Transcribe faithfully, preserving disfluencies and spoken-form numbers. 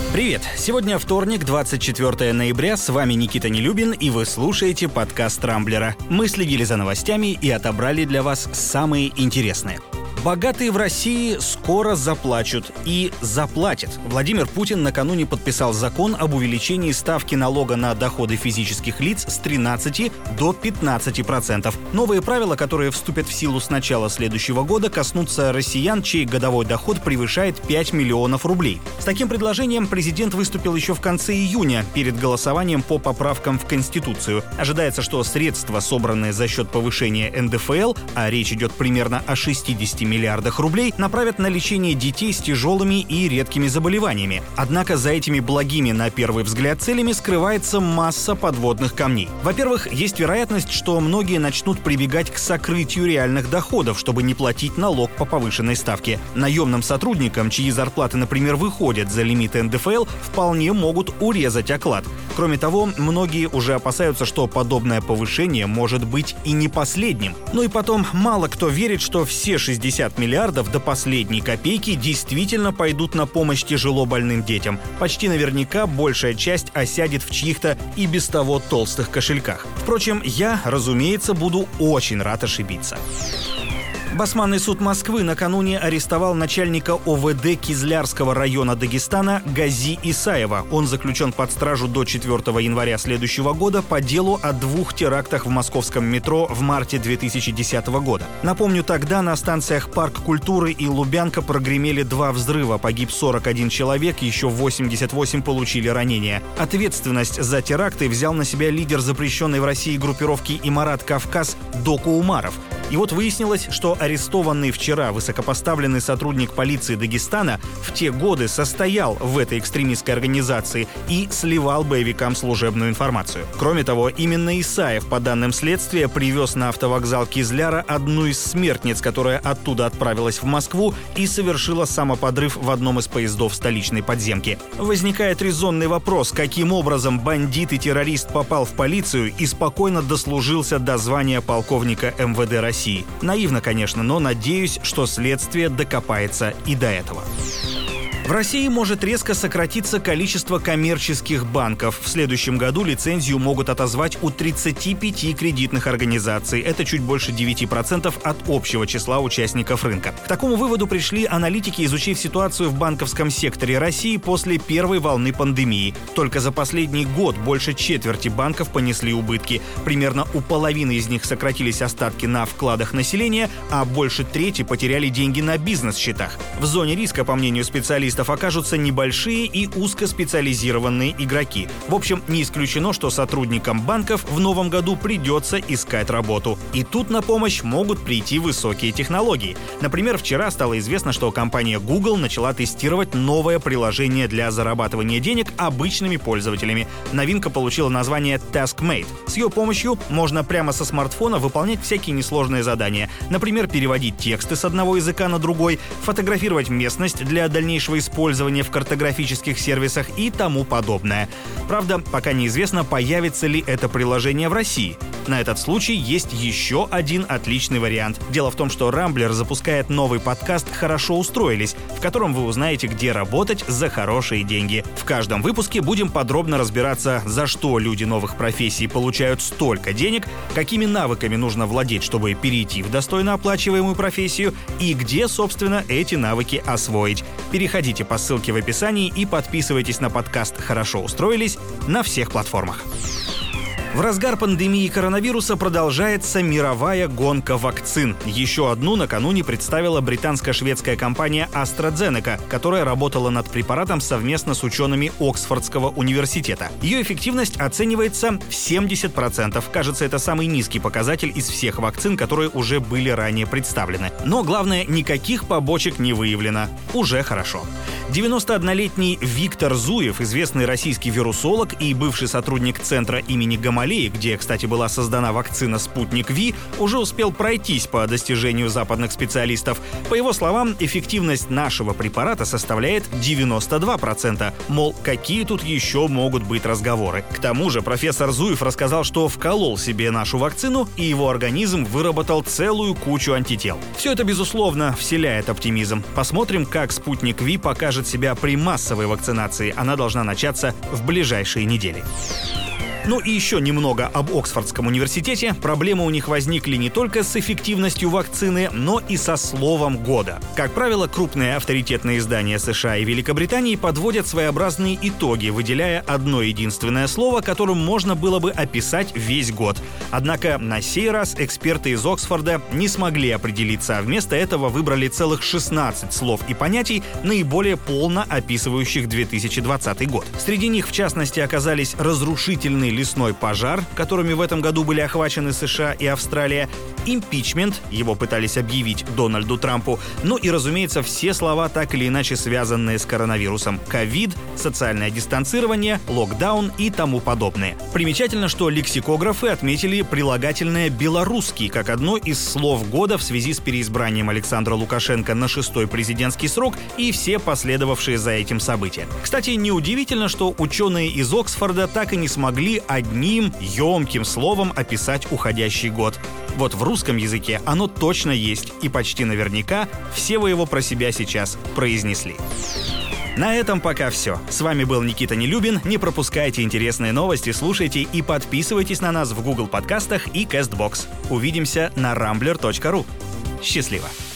Привет! Сегодня вторник, двадцать четвёртое ноября, с вами Никита Нелюбин, и вы слушаете подкаст Рамблера. Мы следили за новостями и отобрали для вас самые интересные. Богатые в России скоро заплачут и заплатят. Владимир Путин накануне подписал закон об увеличении ставки налога на доходы физических лиц с тринадцати до пятнадцати процентов. Новые правила, которые вступят в силу с начала следующего года, коснутся россиян, чей годовой доход превышает пять миллионов рублей. С таким предложением президент выступил еще в конце июня, перед голосованием по поправкам в Конституцию. Ожидается, что средства, собранные за счет повышения эн дэ эф эл, а речь идет примерно о шестидесяти миллиардах рублей, направят на лечение детей с тяжелыми и редкими заболеваниями. Однако за этими благими, на первый взгляд, целями скрывается масса подводных камней. Во-первых, есть вероятность, что многие начнут прибегать к сокрытию реальных доходов, чтобы не платить налог по повышенной ставке. Наемным сотрудникам, чьи зарплаты, например, выходят за лимиты эн дэ эф эл, вполне могут урезать оклад. Кроме того, многие уже опасаются, что подобное повышение может быть и не последним. Ну и потом, мало кто верит, что все шестьдесят миллиардов до последней копейки действительно пойдут на помощь тяжело больным детям. Почти наверняка большая часть осядет в чьих-то и без того толстых кошельках. Впрочем, я, разумеется, буду очень рад ошибиться. Басманный суд Москвы накануне арестовал начальника о вэ дэ Кизлярского района Дагестана Гази Исаева. Он заключен под стражу до четвёртого января следующего года по делу о двух терактах в московском метро в марте две тысячи десятого года. Напомню, тогда на станциях Парк культуры и Лубянка прогремели два взрыва. Погиб сорок один человек, еще восемьдесят восемь получили ранения. Ответственность за теракты взял на себя лидер запрещенной в России группировки «Имарат Кавказ» Доку Умаров. И вот выяснилось, что арестованный вчера высокопоставленный сотрудник полиции Дагестана в те годы состоял в этой экстремистской организации и сливал боевикам служебную информацию. Кроме того, именно Исаев, по данным следствия, привез на автовокзал Кизляра одну из смертниц, которая оттуда отправилась в Москву и совершила самоподрыв в одном из поездов столичной подземки. Возникает резонный вопрос, каким образом бандит и террорист попал в полицию и спокойно дослужился до звания полковника эм вэ дэ России. Наивно, конечно, но надеюсь, что следствие докопается и до этого. В России может резко сократиться количество коммерческих банков. В следующем году лицензию могут отозвать у тридцати пяти кредитных организаций. Это чуть больше девяти процентов от общего числа участников рынка. К такому выводу пришли аналитики, изучив ситуацию в банковском секторе России после первой волны пандемии. Только за последний год больше четверти банков понесли убытки. Примерно у половины из них сократились остатки на вкладах населения, а больше трети потеряли деньги на бизнес-счетах. В зоне риска, по мнению специалистов, окажутся небольшие и узкоспециализированные игроки. В общем, не исключено, что сотрудникам банков в новом году придется искать работу. И тут на помощь могут прийти высокие технологии. Например, вчера стало известно, что компания Google начала тестировать новое приложение для зарабатывания денег обычными пользователями. Новинка получила название TaskMate. С ее помощью можно прямо со смартфона выполнять всякие несложные задания. Например, переводить тексты с одного языка на другой, фотографировать местность для дальнейшего использования использования в картографических сервисах и тому подобное. Правда, пока неизвестно, появится ли это приложение в России. На этот случай есть еще один отличный вариант. Дело в том, что Рамблер запускает новый подкаст «Хорошо устроились», в котором вы узнаете, где работать за хорошие деньги. В каждом выпуске будем подробно разбираться, за что люди новых профессий получают столько денег, какими навыками нужно владеть, чтобы перейти в достойно оплачиваемую профессию, и где, собственно, эти навыки освоить. Переходите по ссылке в описании и подписывайтесь на подкаст «Хорошо устроились» на всех платформах. В разгар пандемии коронавируса продолжается мировая гонка вакцин. Еще одну накануне представила британско-шведская компания AstraZeneca, которая работала над препаратом совместно с учеными Оксфордского университета. Ее эффективность оценивается в семьдесят процентов. Кажется, это самый низкий показатель из всех вакцин, которые уже были ранее представлены. Но главное, никаких побочек не выявлено. Уже хорошо. девяностооднолетний Виктор Зуев, известный российский вирусолог и бывший сотрудник центра имени Гамалеи, Австралии, где, кстати, была создана вакцина «Спутник Ви», уже успел пройтись по достижению западных специалистов. По его словам, эффективность нашего препарата составляет девяносто два процента. Мол, какие тут еще могут быть разговоры? К тому же профессор Зуев рассказал, что вколол себе нашу вакцину, и его организм выработал целую кучу антител. Все это, безусловно, вселяет оптимизм. Посмотрим, как «Спутник Ви» покажет себя при массовой вакцинации. Она должна начаться в ближайшие недели. Ну и еще немного об Оксфордском университете. Проблемы у них возникли не только с эффективностью вакцины, но и со словом года. Как правило, крупные авторитетные издания США и Великобритании подводят своеобразные итоги, выделяя одно единственное слово, которым можно было бы описать весь год. Однако на сей раз эксперты из Оксфорда не смогли определиться, а вместо этого выбрали целых шестнадцать слов и понятий, наиболее полно описывающих две тысячи двадцатый год. Среди них, в частности, оказались разрушительный лесной пожар, которыми в этом году были охвачены США и Австралия, импичмент, его пытались объявить Дональду Трампу, ну и, разумеется, все слова, так или иначе связанные с коронавирусом: ковид, социальное дистанцирование, локдаун и тому подобное. Примечательно, что лексикографы отметили прилагательное «белорусский» как одно из слов года в связи с переизбранием Александра Лукашенко на шестой президентский срок и все последовавшие за этим события. Кстати, неудивительно, что ученые из Оксфорда так и не смогли одним емким словом описать уходящий год. Вот в русском языке оно точно есть, и почти наверняка все вы его про себя сейчас произнесли. На этом пока все. С вами был Никита Нелюбин. Не пропускайте интересные новости, слушайте и подписывайтесь на нас в Google подкастах и Castbox. Увидимся на рамблер точка ру. Счастливо!